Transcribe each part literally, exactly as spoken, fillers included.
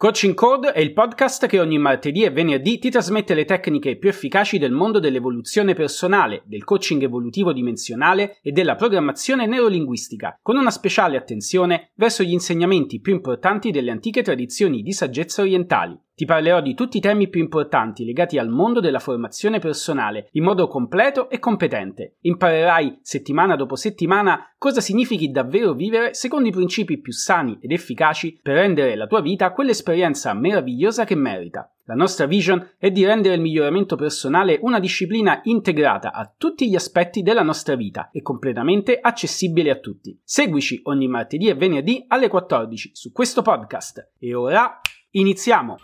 Coaching Code è il podcast che ogni martedì e venerdì ti trasmette le tecniche più efficaci del mondo dell'evoluzione personale, del coaching evolutivo dimensionale e della programmazione neurolinguistica, con una speciale attenzione verso gli insegnamenti più importanti delle antiche tradizioni di saggezza orientali. Ti parlerò di tutti i temi più importanti legati al mondo della formazione personale in modo completo e competente. Imparerai settimana dopo settimana cosa significhi davvero vivere secondo i principi più sani ed efficaci per rendere la tua vita quell'esperienza meravigliosa che merita. La nostra vision è di rendere il miglioramento personale una disciplina integrata a tutti gli aspetti della nostra vita e completamente accessibile a tutti. Seguici ogni martedì e venerdì alle quattordici su questo podcast. E ora iniziamo!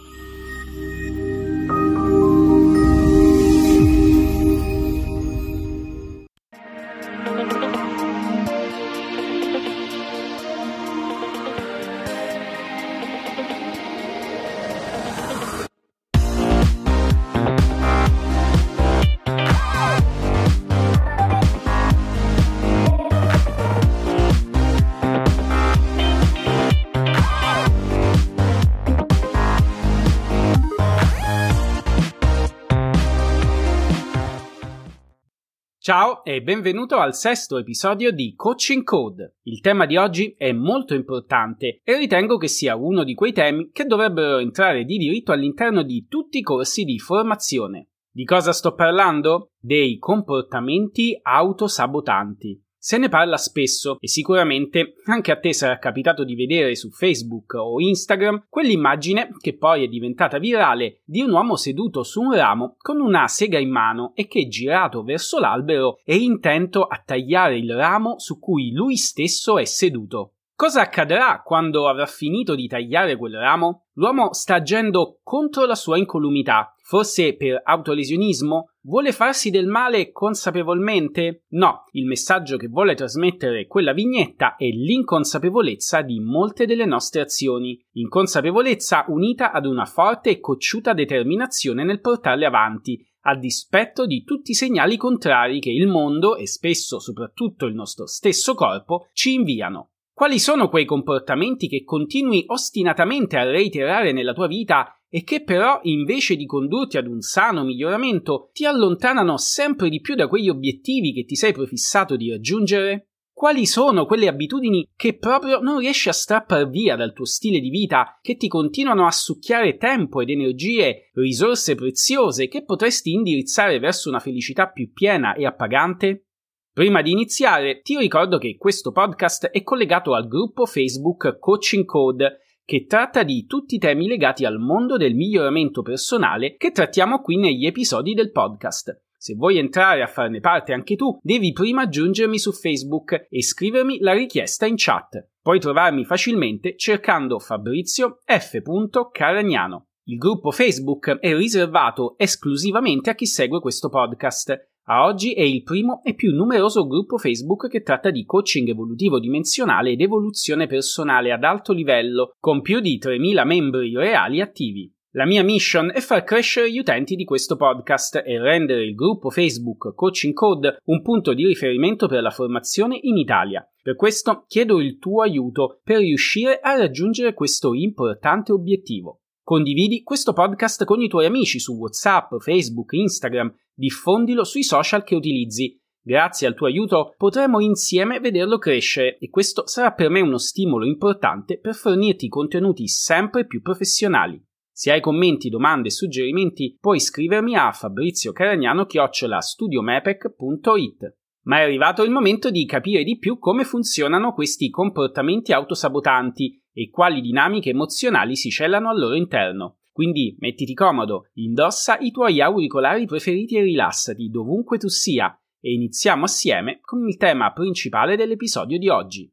Ciao e benvenuto al sesto episodio di Coaching Code. Il tema di oggi è molto importante e ritengo che sia uno di quei temi che dovrebbero entrare di diritto all'interno di tutti i corsi di formazione. Di cosa sto parlando? Dei comportamenti autosabotanti. Se ne parla spesso e sicuramente anche a te sarà capitato di vedere su Facebook o Instagram quell'immagine, che poi è diventata virale, di un uomo seduto su un ramo con una sega in mano e che, girato verso l'albero, è intento a tagliare il ramo su cui lui stesso è seduto. Cosa accadrà quando avrà finito di tagliare quel ramo? L'uomo sta agendo contro la sua incolumità. Forse per autolesionismo? Vuole farsi del male consapevolmente? No, il messaggio che vuole trasmettere quella vignetta è l'inconsapevolezza di molte delle nostre azioni. Inconsapevolezza unita ad una forte e cocciuta determinazione nel portarle avanti, a dispetto di tutti i segnali contrari che il mondo, e spesso soprattutto il nostro stesso corpo, ci inviano. Quali sono quei comportamenti che continui ostinatamente a reiterare nella tua vita e che però, invece di condurti ad un sano miglioramento, ti allontanano sempre di più da quegli obiettivi che ti sei prefissato di raggiungere? Quali sono quelle abitudini che proprio non riesci a strappar via dal tuo stile di vita, che ti continuano a succhiare tempo ed energie, risorse preziose che potresti indirizzare verso una felicità più piena e appagante? Prima di iniziare, ti ricordo che questo podcast è collegato al gruppo Facebook Coaching Code, che tratta di tutti i temi legati al mondo del miglioramento personale che trattiamo qui negli episodi del podcast. Se vuoi entrare a farne parte anche tu, devi prima aggiungermi su Facebook e scrivermi la richiesta in chat. Puoi trovarmi facilmente cercando Fabrizio F. Caragnano. Il gruppo Facebook è riservato esclusivamente a chi segue questo podcast. A oggi è il primo e più numeroso gruppo Facebook che tratta di coaching evolutivo dimensionale ed evoluzione personale ad alto livello, con più di tremila membri reali attivi. La mia mission è far crescere gli utenti di questo podcast e rendere il gruppo Facebook Coaching Code un punto di riferimento per la formazione in Italia. Per questo chiedo il tuo aiuto per riuscire a raggiungere questo importante obiettivo. Condividi questo podcast con i tuoi amici su WhatsApp, Facebook, Instagram, diffondilo sui social che utilizzi. Grazie al tuo aiuto potremo insieme vederlo crescere e questo sarà per me uno stimolo importante per fornirti contenuti sempre più professionali. Se hai commenti, domande e suggerimenti puoi scrivermi a fabrizio-caragnano chiocciola studiomepec punto it. Ma è arrivato il momento di capire di più come funzionano questi comportamenti autosabotanti e quali dinamiche emozionali si celano al loro interno. Quindi mettiti comodo, indossa i tuoi auricolari preferiti e rilassati dovunque tu sia e iniziamo assieme con il tema principale dell'episodio di oggi.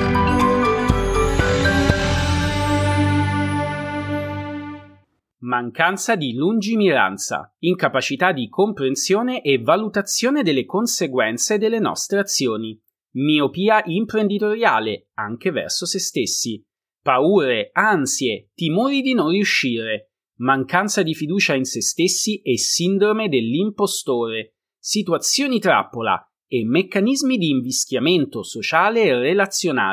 Mancanza di lungimiranza, incapacità di comprensione e valutazione delle conseguenze delle nostre azioni, miopia imprenditoriale anche verso se stessi, paure, ansie, timori di non riuscire, mancanza di fiducia in se stessi e sindrome dell'impostore, situazioni trappola e meccanismi di invischiamento sociale e relazionale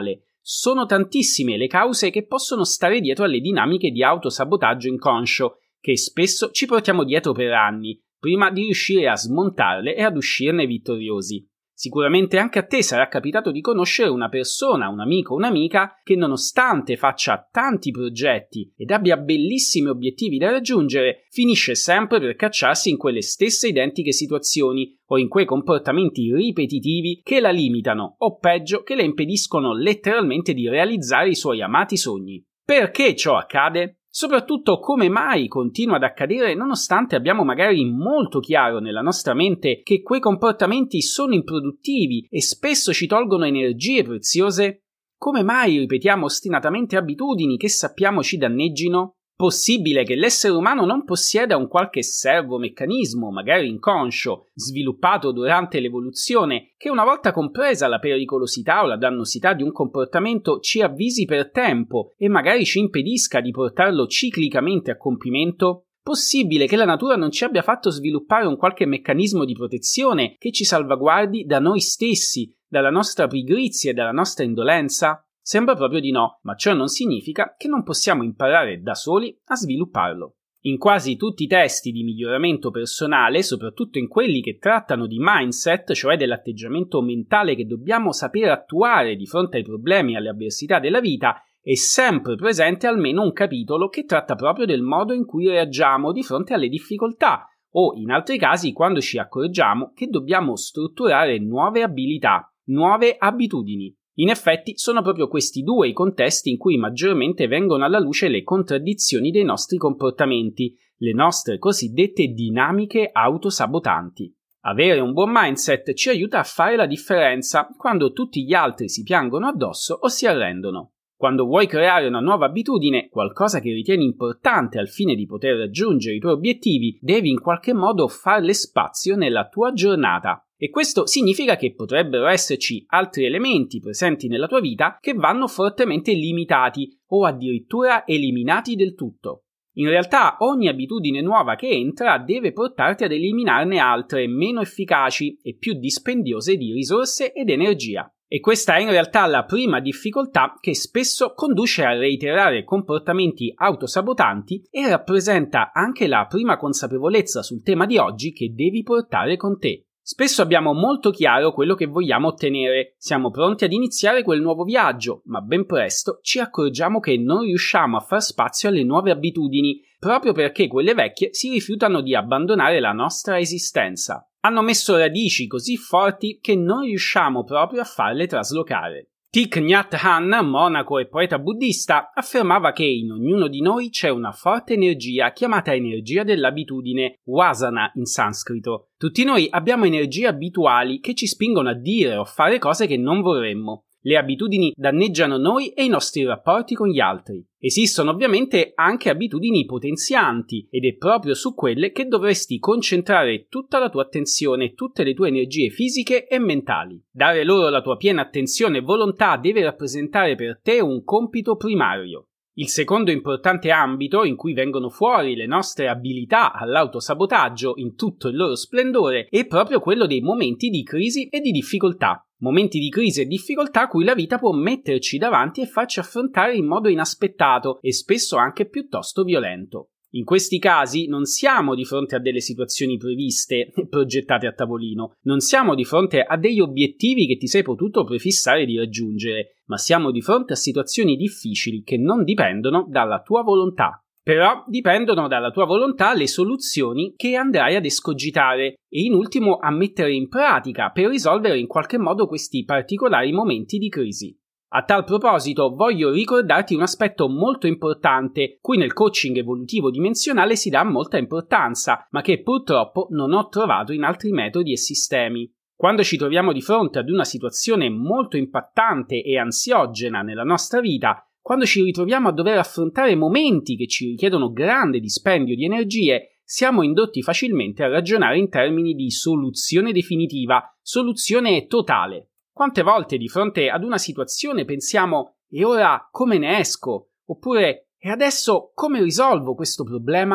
Sono tantissime le cause che possono stare dietro alle dinamiche di autosabotaggio inconscio, che spesso ci portiamo dietro per anni, prima di riuscire a smontarle e ad uscirne vittoriosi. Sicuramente anche a te sarà capitato di conoscere una persona, un amico o un'amica che nonostante faccia tanti progetti ed abbia bellissimi obiettivi da raggiungere, finisce sempre per cacciarsi in quelle stesse identiche situazioni o in quei comportamenti ripetitivi che la limitano o peggio che le impediscono letteralmente di realizzare i suoi amati sogni. Perché ciò accade? Soprattutto come mai continua ad accadere nonostante abbiamo magari molto chiaro nella nostra mente che quei comportamenti sono improduttivi e spesso ci tolgono energie preziose? Come mai ripetiamo ostinatamente abitudini che sappiamo ci danneggino? Possibile che l'essere umano non possieda un qualche servomeccanismo, magari inconscio, sviluppato durante l'evoluzione, che una volta compresa la pericolosità o la dannosità di un comportamento ci avvisi per tempo e magari ci impedisca di portarlo ciclicamente a compimento? Possibile che la natura non ci abbia fatto sviluppare un qualche meccanismo di protezione che ci salvaguardi da noi stessi, dalla nostra pigrizia e dalla nostra indolenza? Sembra proprio di no, ma ciò non significa che non possiamo imparare da soli a svilupparlo. In quasi tutti i testi di miglioramento personale, soprattutto in quelli che trattano di mindset, cioè dell'atteggiamento mentale che dobbiamo sapere attuare di fronte ai problemi e alle avversità della vita, è sempre presente almeno un capitolo che tratta proprio del modo in cui reagiamo di fronte alle difficoltà, o in altri casi quando ci accorgiamo che dobbiamo strutturare nuove abilità, nuove abitudini. In effetti sono proprio questi due i contesti in cui maggiormente vengono alla luce le contraddizioni dei nostri comportamenti, le nostre cosiddette dinamiche autosabotanti. Avere un buon mindset ci aiuta a fare la differenza quando tutti gli altri si piangono addosso o si arrendono. Quando vuoi creare una nuova abitudine, qualcosa che ritieni importante al fine di poter raggiungere i tuoi obiettivi, devi in qualche modo farle spazio nella tua giornata. E questo significa che potrebbero esserci altri elementi presenti nella tua vita che vanno fortemente limitati o addirittura eliminati del tutto. In realtà ogni abitudine nuova che entra deve portarti ad eliminarne altre meno efficaci e più dispendiose di risorse ed energia. E questa è in realtà la prima difficoltà che spesso conduce a reiterare comportamenti autosabotanti e rappresenta anche la prima consapevolezza sul tema di oggi che devi portare con te. Spesso abbiamo molto chiaro quello che vogliamo ottenere, siamo pronti ad iniziare quel nuovo viaggio, ma ben presto ci accorgiamo che non riusciamo a far spazio alle nuove abitudini, proprio perché quelle vecchie si rifiutano di abbandonare la nostra esistenza. Hanno messo radici così forti che non riusciamo proprio a farle traslocare. Thich Nhat Hanh, monaco e poeta buddista, affermava che in ognuno di noi c'è una forte energia chiamata energia dell'abitudine, vasana in sanscrito. Tutti noi abbiamo energie abituali che ci spingono a dire o fare cose che non vorremmo. Le abitudini danneggiano noi e i nostri rapporti con gli altri. Esistono ovviamente anche abitudini potenzianti ed è proprio su quelle che dovresti concentrare tutta la tua attenzione e tutte le tue energie fisiche e mentali. Dare loro la tua piena attenzione e volontà deve rappresentare per te un compito primario. Il secondo importante ambito in cui vengono fuori le nostre abilità all'autosabotaggio in tutto il loro splendore è proprio quello dei momenti di crisi e di difficoltà. Momenti di crisi e difficoltà a cui la vita può metterci davanti e farci affrontare in modo inaspettato e spesso anche piuttosto violento. In questi casi non siamo di fronte a delle situazioni previste e progettate a tavolino, non siamo di fronte a degli obiettivi che ti sei potuto prefissare di raggiungere, ma siamo di fronte a situazioni difficili che non dipendono dalla tua volontà. Però dipendono dalla tua volontà le soluzioni che andrai ad escogitare e in ultimo a mettere in pratica per risolvere in qualche modo questi particolari momenti di crisi. A tal proposito voglio ricordarti un aspetto molto importante cui nel coaching evolutivo dimensionale si dà molta importanza, ma che purtroppo non ho trovato in altri metodi e sistemi. Quando ci troviamo di fronte ad una situazione molto impattante e ansiogena nella nostra vita, quando ci ritroviamo a dover affrontare momenti che ci richiedono grande dispendio di energie, siamo indotti facilmente a ragionare in termini di soluzione definitiva, soluzione totale. Quante volte di fronte ad una situazione pensiamo «E ora come ne esco?» Oppure «E adesso come risolvo questo problema?»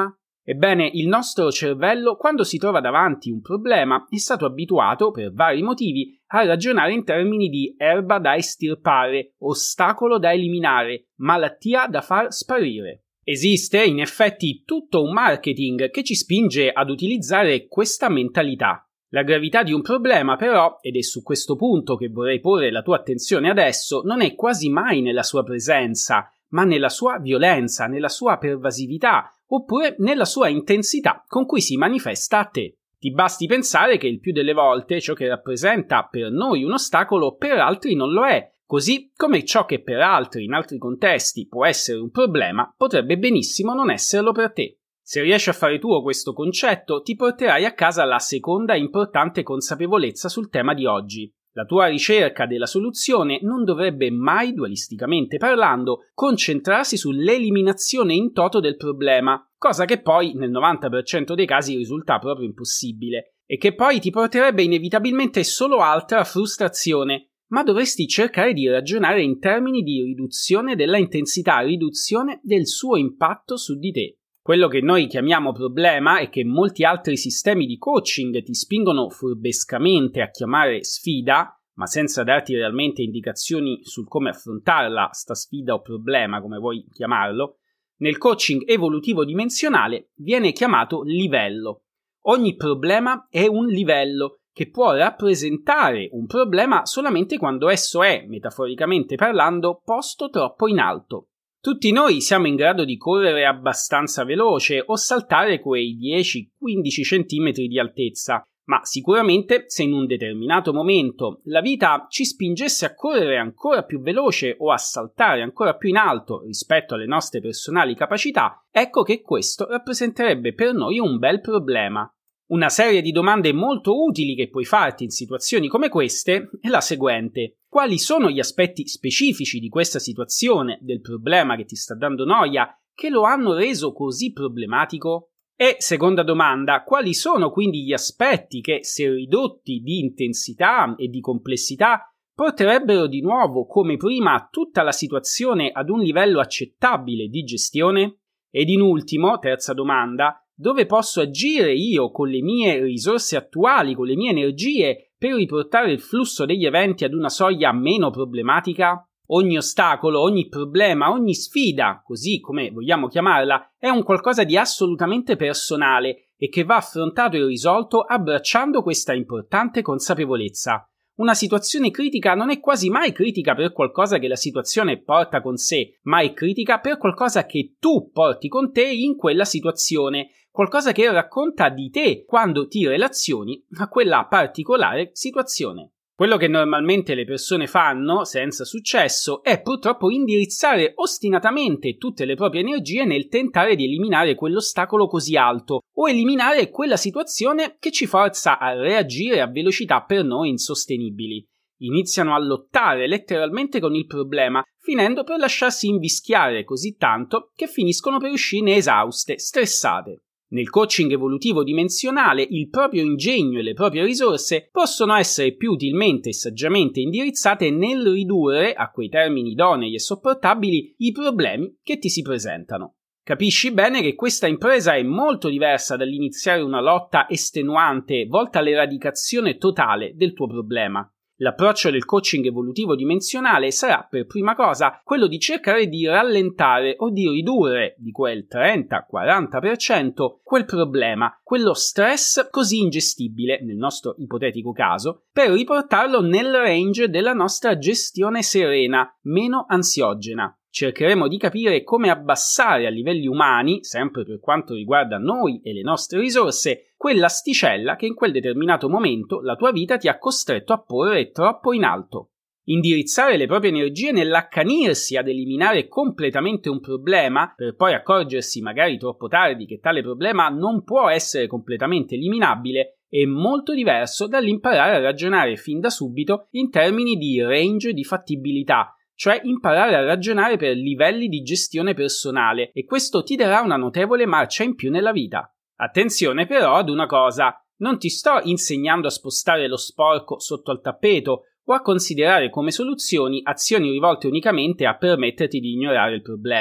Ebbene, il nostro cervello, quando si trova davanti un problema, è stato abituato, per vari motivi, a ragionare in termini di erba da estirpare, ostacolo da eliminare, malattia da far sparire. Esiste, in effetti, tutto un marketing che ci spinge ad utilizzare questa mentalità. La gravità di un problema, però, ed è su questo punto che vorrei porre la tua attenzione adesso, non è quasi mai nella sua presenza, ma nella sua violenza, nella sua pervasività, oppure nella sua intensità con cui si manifesta a te. Ti basti pensare che il più delle volte ciò che rappresenta per noi un ostacolo per altri non lo è, così come ciò che per altri in altri contesti può essere un problema potrebbe benissimo non esserlo per te. Se riesci a fare tuo questo concetto, ti porterai a casa la seconda importante consapevolezza sul tema di oggi. La tua ricerca della soluzione non dovrebbe mai, dualisticamente parlando, concentrarsi sull'eliminazione in toto del problema, cosa che poi nel novanta per cento dei casi risulta proprio impossibile, e che poi ti porterebbe inevitabilmente solo altra frustrazione, ma dovresti cercare di ragionare in termini di riduzione della intensità, riduzione del suo impatto su di te. Quello che noi chiamiamo problema e che molti altri sistemi di coaching ti spingono furbescamente a chiamare sfida, ma senza darti realmente indicazioni sul come affrontarla, sta sfida o problema, come vuoi chiamarlo, nel coaching evolutivo dimensionale viene chiamato livello. Ogni problema è un livello che può rappresentare un problema solamente quando esso è, metaforicamente parlando, posto troppo in alto. Tutti noi siamo in grado di correre abbastanza veloce o saltare quei dieci quindici centimetri di altezza, ma sicuramente se in un determinato momento la vita ci spingesse a correre ancora più veloce o a saltare ancora più in alto rispetto alle nostre personali capacità, ecco che questo rappresenterebbe per noi un bel problema. Una serie di domande molto utili che puoi farti in situazioni come queste è la seguente. Quali sono gli aspetti specifici di questa situazione, del problema che ti sta dando noia, che lo hanno reso così problematico? E, seconda domanda, quali sono quindi gli aspetti che, se ridotti di intensità e di complessità, porterebbero di nuovo, come prima, tutta la situazione ad un livello accettabile di gestione? Ed in ultimo, terza domanda, dove posso agire io con le mie risorse attuali, con le mie energie, per riportare il flusso degli eventi ad una soglia meno problematica? Ogni ostacolo, ogni problema, ogni sfida, così come vogliamo chiamarla, è un qualcosa di assolutamente personale e che va affrontato e risolto abbracciando questa importante consapevolezza. Una situazione critica non è quasi mai critica per qualcosa che la situazione porta con sé, ma è critica per qualcosa che tu porti con te in quella situazione, qualcosa che racconta di te quando ti relazioni a quella particolare situazione. Quello che normalmente le persone fanno, senza successo, è purtroppo indirizzare ostinatamente tutte le proprie energie nel tentare di eliminare quell'ostacolo così alto o eliminare quella situazione che ci forza a reagire a velocità per noi insostenibili. Iniziano a lottare letteralmente con il problema, finendo per lasciarsi invischiare così tanto che finiscono per uscirne esauste, stressate. Nel coaching evolutivo dimensionale il proprio ingegno e le proprie risorse possono essere più utilmente e saggiamente indirizzate nel ridurre, a quei termini idonei e sopportabili, i problemi che ti si presentano. Capisci bene che questa impresa è molto diversa dall'iniziare una lotta estenuante volta all'eradicazione totale del tuo problema. L'approccio del coaching evolutivo dimensionale sarà per prima cosa quello di cercare di rallentare o di ridurre di quel trenta quaranta per cento quel problema, quello stress così ingestibile, nel nostro ipotetico caso, per riportarlo nel range della nostra gestione serena, meno ansiogena. Cercheremo di capire come abbassare a livelli umani, sempre per quanto riguarda noi e le nostre risorse, quell'asticella che in quel determinato momento la tua vita ti ha costretto a porre troppo in alto. Indirizzare le proprie energie nell'accanirsi ad eliminare completamente un problema, per poi accorgersi magari troppo tardi che tale problema non può essere completamente eliminabile, è molto diverso dall'imparare a ragionare fin da subito in termini di range di fattibilità, cioè imparare a ragionare per livelli di gestione personale, e questo ti darà una notevole marcia in più nella vita. Attenzione però ad una cosa, non ti sto insegnando a spostare lo sporco sotto al tappeto o a considerare come soluzioni azioni rivolte unicamente a permetterti di ignorare il problema.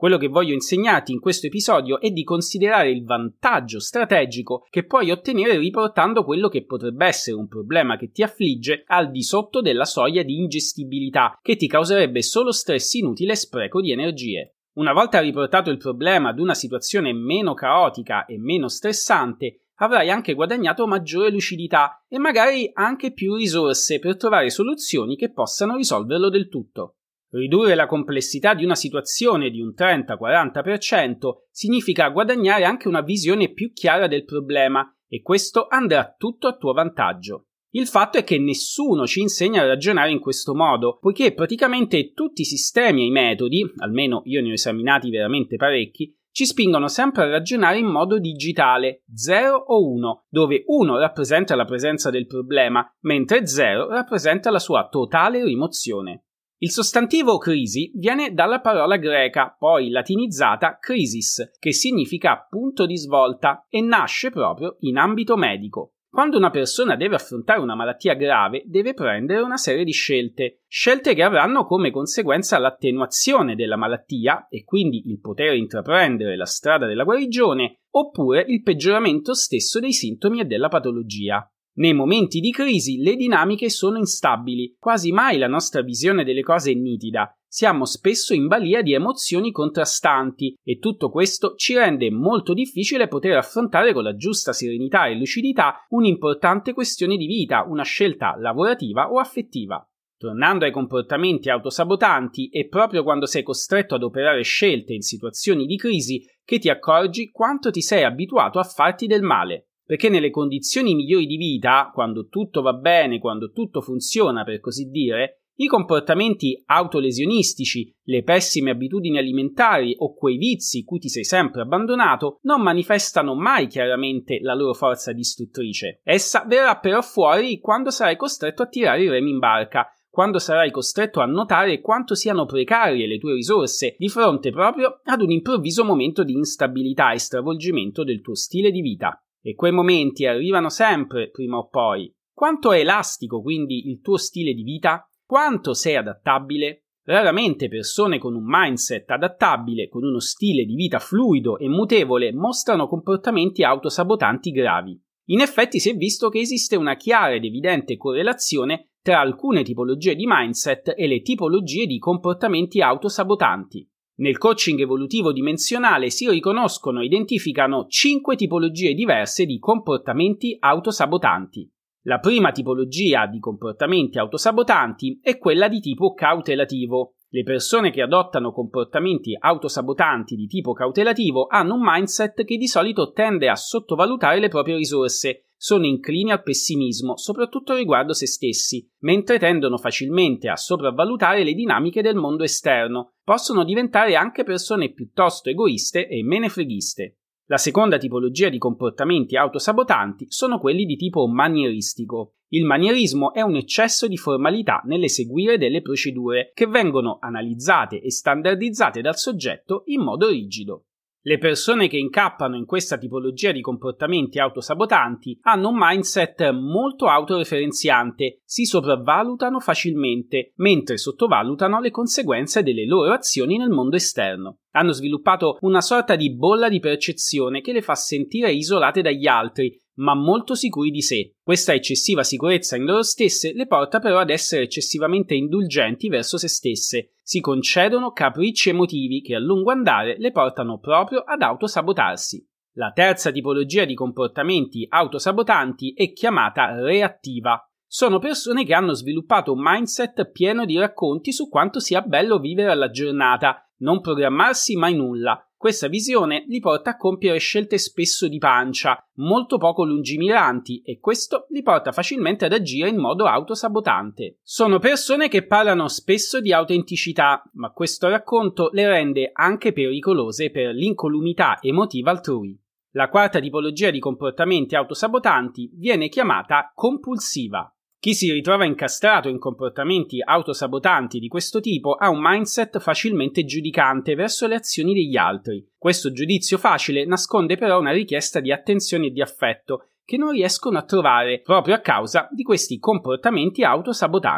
Quello che voglio insegnarti in questo episodio è di considerare il vantaggio strategico che puoi ottenere riportando quello che potrebbe essere un problema che ti affligge al di sotto della soglia di ingestibilità, che ti causerebbe solo stress inutile e spreco di energie. Una volta riportato il problema ad una situazione meno caotica e meno stressante, avrai anche guadagnato maggiore lucidità e magari anche più risorse per trovare soluzioni che possano risolverlo del tutto. Ridurre la complessità di una situazione di un trenta quaranta per cento significa guadagnare anche una visione più chiara del problema e questo andrà tutto a tuo vantaggio. Il fatto è che nessuno ci insegna a ragionare in questo modo, poiché praticamente tutti i sistemi e i metodi, almeno io ne ho esaminati veramente parecchi, ci spingono sempre a ragionare in modo digitale, zero o uno, dove uno rappresenta la presenza del problema, mentre zero rappresenta la sua totale rimozione. Il sostantivo crisi viene dalla parola greca, poi latinizzata crisis, che significa punto di svolta e nasce proprio in ambito medico. Quando una persona deve affrontare una malattia grave, deve prendere una serie di scelte, scelte che avranno come conseguenza l'attenuazione della malattia e quindi il poter intraprendere la strada della guarigione, oppure il peggioramento stesso dei sintomi e della patologia. Nei momenti di crisi le dinamiche sono instabili, quasi mai la nostra visione delle cose è nitida, siamo spesso in balia di emozioni contrastanti e tutto questo ci rende molto difficile poter affrontare con la giusta serenità e lucidità un'importante questione di vita, una scelta lavorativa o affettiva. Tornando ai comportamenti autosabotanti, è proprio quando sei costretto ad operare scelte in situazioni di crisi che ti accorgi quanto ti sei abituato a farti del male. Perché nelle condizioni migliori di vita, quando tutto va bene, quando tutto funziona per così dire, i comportamenti autolesionistici, le pessime abitudini alimentari o quei vizi cui ti sei sempre abbandonato non manifestano mai chiaramente la loro forza distruttrice. Essa verrà però fuori quando sarai costretto a tirare i remi in barca, quando sarai costretto a notare quanto siano precarie le tue risorse di fronte proprio ad un improvviso momento di instabilità e stravolgimento del tuo stile di vita. E quei momenti arrivano sempre, prima o poi. Quanto è elastico quindi il tuo stile di vita? Quanto sei adattabile? Raramente persone con un mindset adattabile, con uno stile di vita fluido e mutevole, mostrano comportamenti autosabotanti gravi. In effetti si è visto che esiste una chiara ed evidente correlazione tra alcune tipologie di mindset e le tipologie di comportamenti autosabotanti. Nel coaching evolutivo dimensionale si riconoscono e identificano cinque tipologie diverse di comportamenti autosabotanti. La prima tipologia di comportamenti autosabotanti è quella di tipo cautelativo. Le persone che adottano comportamenti autosabotanti di tipo cautelativo hanno un mindset che di solito tende a sottovalutare le proprie risorse, sono inclini al pessimismo, soprattutto riguardo se stessi, mentre tendono facilmente a sopravvalutare le dinamiche del mondo esterno. Possono diventare anche persone piuttosto egoiste e menefreghiste. La seconda tipologia di comportamenti autosabotanti sono quelli di tipo manieristico. Il manierismo è un eccesso di formalità nell'eseguire delle procedure che vengono analizzate e standardizzate dal soggetto in modo rigido. Le persone che incappano in questa tipologia di comportamenti autosabotanti hanno un mindset molto autoreferenziante, si sopravvalutano facilmente, mentre sottovalutano le conseguenze delle loro azioni nel mondo esterno. Hanno sviluppato una sorta di bolla di percezione che le fa sentire isolate dagli altri, ma molto sicuri di sé. Questa eccessiva sicurezza in loro stesse le porta però ad essere eccessivamente indulgenti verso se stesse. Si concedono capricci emotivi che a lungo andare le portano proprio ad autosabotarsi. La terza tipologia di comportamenti autosabotanti è chiamata reattiva. Sono persone che hanno sviluppato un mindset pieno di racconti su quanto sia bello vivere alla giornata, non programmarsi mai nulla. Questa visione li porta a compiere scelte spesso di pancia, molto poco lungimiranti, e questo li porta facilmente ad agire in modo autosabotante. Sono persone che parlano spesso di autenticità, ma questo racconto le rende anche pericolose per l'incolumità emotiva altrui. La quarta tipologia di comportamenti autosabotanti viene chiamata compulsiva. Chi si ritrova incastrato in comportamenti autosabotanti di questo tipo ha un mindset facilmente giudicante verso le azioni degli altri. Questo giudizio facile nasconde però una richiesta di attenzione e di affetto che non riescono a trovare proprio a causa di questi comportamenti autosabotanti.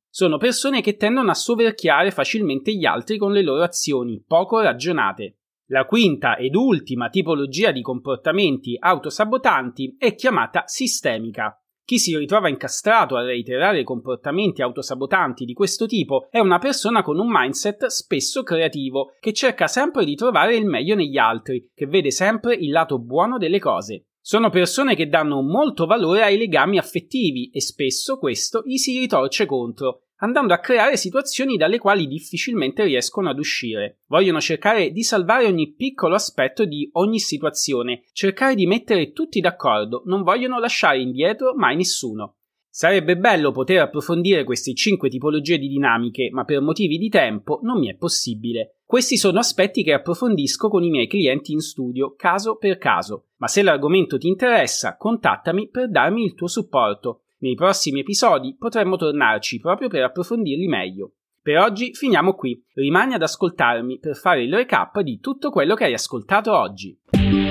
Sono persone che tendono a soverchiare facilmente gli altri con le loro azioni, poco ragionate. La quinta ed ultima tipologia di comportamenti autosabotanti è chiamata sistemica. Chi si ritrova incastrato a reiterare comportamenti autosabotanti di questo tipo è una persona con un mindset spesso creativo, che cerca sempre di trovare il meglio negli altri, che vede sempre il lato buono delle cose. Sono persone che danno molto valore ai legami affettivi e spesso questo gli si ritorce contro, andando a creare situazioni dalle quali difficilmente riescono ad uscire. Vogliono cercare di salvare ogni piccolo aspetto di ogni situazione, cercare di mettere tutti d'accordo, non vogliono lasciare indietro mai nessuno. Sarebbe bello poter approfondire queste cinque tipologie di dinamiche, ma per motivi di tempo non mi è possibile. Questi sono aspetti che approfondisco con i miei clienti in studio, caso per caso. Ma se l'argomento ti interessa, contattami per darmi il tuo supporto. Nei prossimi episodi potremmo tornarci proprio per approfondirli meglio. Per oggi finiamo qui. Rimani ad ascoltarmi per fare il recap di tutto quello che hai ascoltato oggi.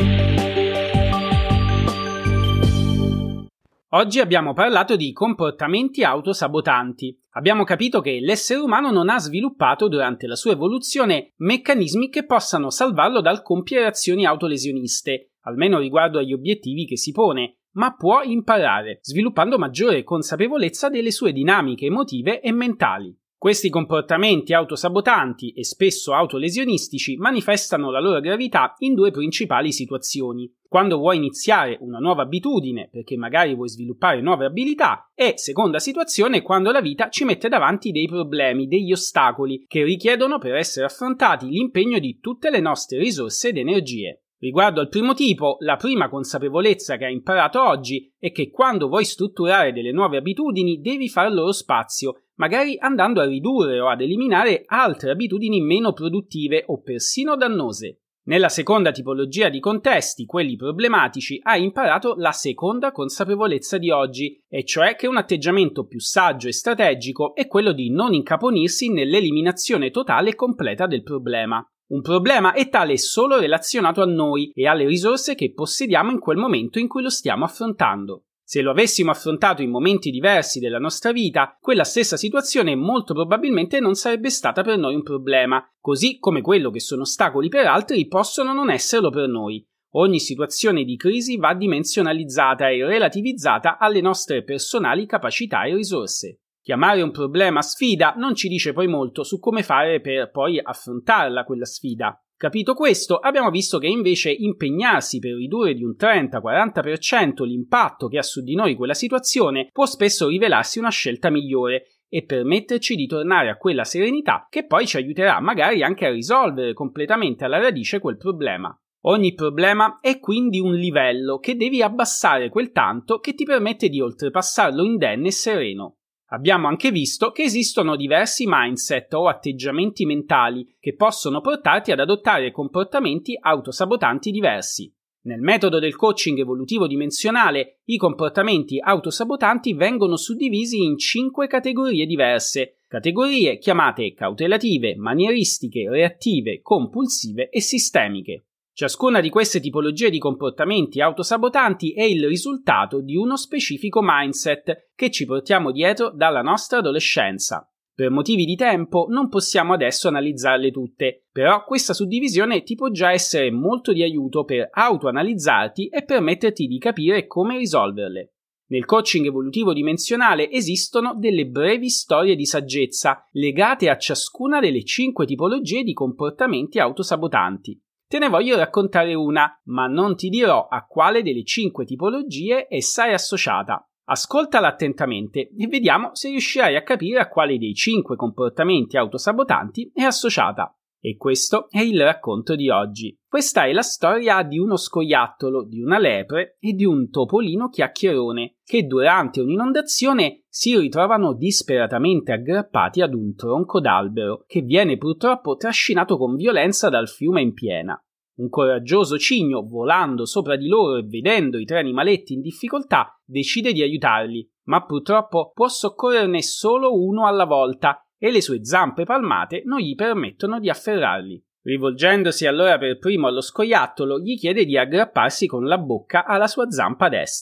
Oggi abbiamo parlato di comportamenti autosabotanti. Abbiamo capito che l'essere umano non ha sviluppato durante la sua evoluzione meccanismi che possano salvarlo dal compiere azioni autolesioniste, almeno riguardo agli obiettivi che si pone, ma può imparare, sviluppando maggiore consapevolezza delle sue dinamiche emotive e mentali. Questi comportamenti autosabotanti e spesso autolesionistici manifestano la loro gravità in due principali situazioni: quando vuoi iniziare una nuova abitudine perché magari vuoi sviluppare nuove abilità, e seconda situazione quando la vita ci mette davanti dei problemi, degli ostacoli che richiedono per essere affrontati l'impegno di tutte le nostre risorse ed energie. Riguardo al primo tipo, la prima consapevolezza che hai imparato oggi è che quando vuoi strutturare delle nuove abitudini devi far loro spazio, magari andando a ridurre o ad eliminare altre abitudini meno produttive o persino dannose. Nella seconda tipologia di contesti, quelli problematici, hai imparato la seconda consapevolezza di oggi, e cioè che un atteggiamento più saggio e strategico è quello di non incaponirsi nell'eliminazione totale e completa del problema. Un problema è tale solo relazionato a noi e alle risorse che possediamo in quel momento in cui lo stiamo affrontando. Se lo avessimo affrontato in momenti diversi della nostra vita, quella stessa situazione molto probabilmente non sarebbe stata per noi un problema, così come quello che sono ostacoli per altri possono non esserlo per noi. Ogni situazione di crisi va dimensionalizzata e relativizzata alle nostre personali capacità e risorse. Chiamare un problema sfida non ci dice poi molto su come fare per poi affrontarla quella sfida. Capito questo, abbiamo visto che invece impegnarsi per ridurre di un trenta quaranta per cento l'impatto che ha su di noi quella situazione può spesso rivelarsi una scelta migliore e permetterci di tornare a quella serenità che poi ci aiuterà magari anche a risolvere completamente alla radice quel problema. Ogni problema è quindi un livello che devi abbassare quel tanto che ti permette di oltrepassarlo indenne e sereno. Abbiamo anche visto che esistono diversi mindset o atteggiamenti mentali che possono portarti ad adottare comportamenti autosabotanti diversi. Nel metodo del coaching evolutivo dimensionale, i comportamenti autosabotanti vengono suddivisi in cinque categorie diverse, categorie chiamate cautelative, manieristiche, reattive, compulsive e sistemiche. Ciascuna di queste tipologie di comportamenti autosabotanti è il risultato di uno specifico mindset che ci portiamo dietro dalla nostra adolescenza. Per motivi di tempo non possiamo adesso analizzarle tutte, però questa suddivisione ti può già essere molto di aiuto per autoanalizzarti e permetterti di capire come risolverle. Nel coaching evolutivo dimensionale esistono delle brevi storie di saggezza legate a ciascuna delle cinque tipologie di comportamenti autosabotanti. Te ne voglio raccontare una, ma non ti dirò a quale delle cinque tipologie essa è associata. Ascoltala attentamente e vediamo se riuscirai a capire a quale dei cinque comportamenti autosabotanti è associata. E questo è il racconto di oggi. Questa è la storia di uno scoiattolo, di una lepre e di un topolino chiacchierone che durante un'inondazione si ritrovano disperatamente aggrappati ad un tronco d'albero che viene purtroppo trascinato con violenza dal fiume in piena. Un coraggioso cigno, volando sopra di loro e vedendo i tre animaletti in difficoltà, decide di aiutarli, ma purtroppo può soccorrerne solo uno alla volta e le sue zampe palmate non gli permettono di afferrarli. Rivolgendosi allora per primo allo scoiattolo, gli chiede di aggrapparsi con la bocca alla sua zampa destra.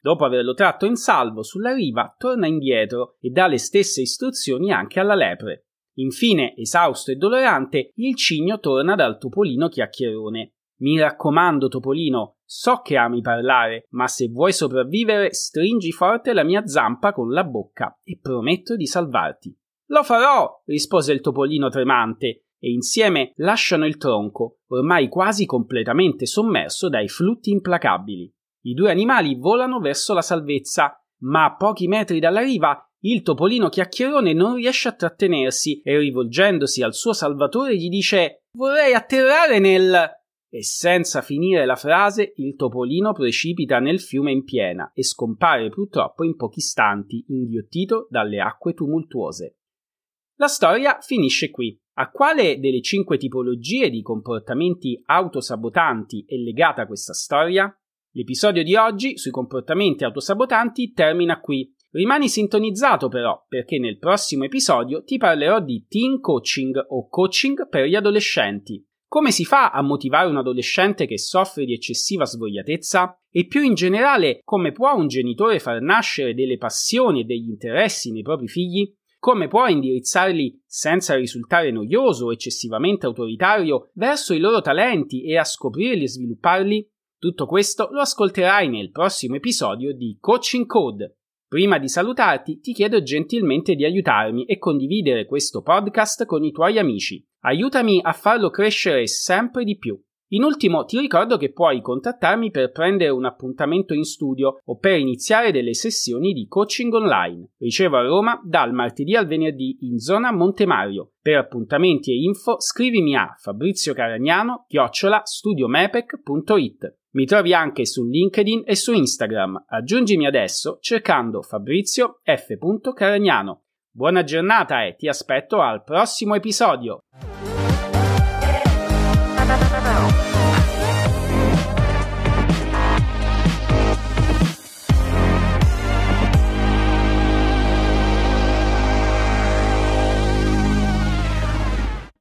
Dopo averlo tratto in salvo sulla riva, torna indietro e dà le stesse istruzioni anche alla lepre. Infine, esausto e dolorante, il cigno torna dal topolino chiacchierone. Mi raccomando, topolino, so che ami parlare, ma se vuoi sopravvivere, stringi forte la mia zampa con la bocca e prometto di salvarti. Lo farò, rispose il topolino tremante, e insieme lasciano il tronco, ormai quasi completamente sommerso dai flutti implacabili. I due animali volano verso la salvezza, ma a pochi metri dalla riva il topolino chiacchierone non riesce a trattenersi e rivolgendosi al suo salvatore gli dice «Vorrei atterrare nel...» E senza finire la frase il topolino precipita nel fiume in piena e scompare purtroppo in pochi istanti, inghiottito dalle acque tumultuose. La storia finisce qui. A quale delle cinque tipologie di comportamenti autosabotanti è legata questa storia? L'episodio di oggi sui comportamenti autosabotanti termina qui. Rimani sintonizzato però, perché nel prossimo episodio ti parlerò di teen coaching o coaching per gli adolescenti. Come si fa a motivare un adolescente che soffre di eccessiva svogliatezza? E più in generale, come può un genitore far nascere delle passioni e degli interessi nei propri figli? Come può indirizzarli senza risultare noioso o eccessivamente autoritario verso i loro talenti e a scoprirli e svilupparli? Tutto questo lo ascolterai nel prossimo episodio di Coaching Code. Prima di salutarti ti chiedo gentilmente di aiutarmi e condividere questo podcast con i tuoi amici. Aiutami a farlo crescere sempre di più. In ultimo ti ricordo che puoi contattarmi per prendere un appuntamento in studio o per iniziare delle sessioni di coaching online. Ricevo a Roma dal martedì al venerdì in zona Montemario. Per appuntamenti e info scrivimi a fabrizioCaragnano chiocciola studiomepec punto it. Mi trovi anche su LinkedIn e su Instagram. Aggiungimi adesso cercando Fabrizio F. Caragnano. Buona giornata e ti aspetto al prossimo episodio!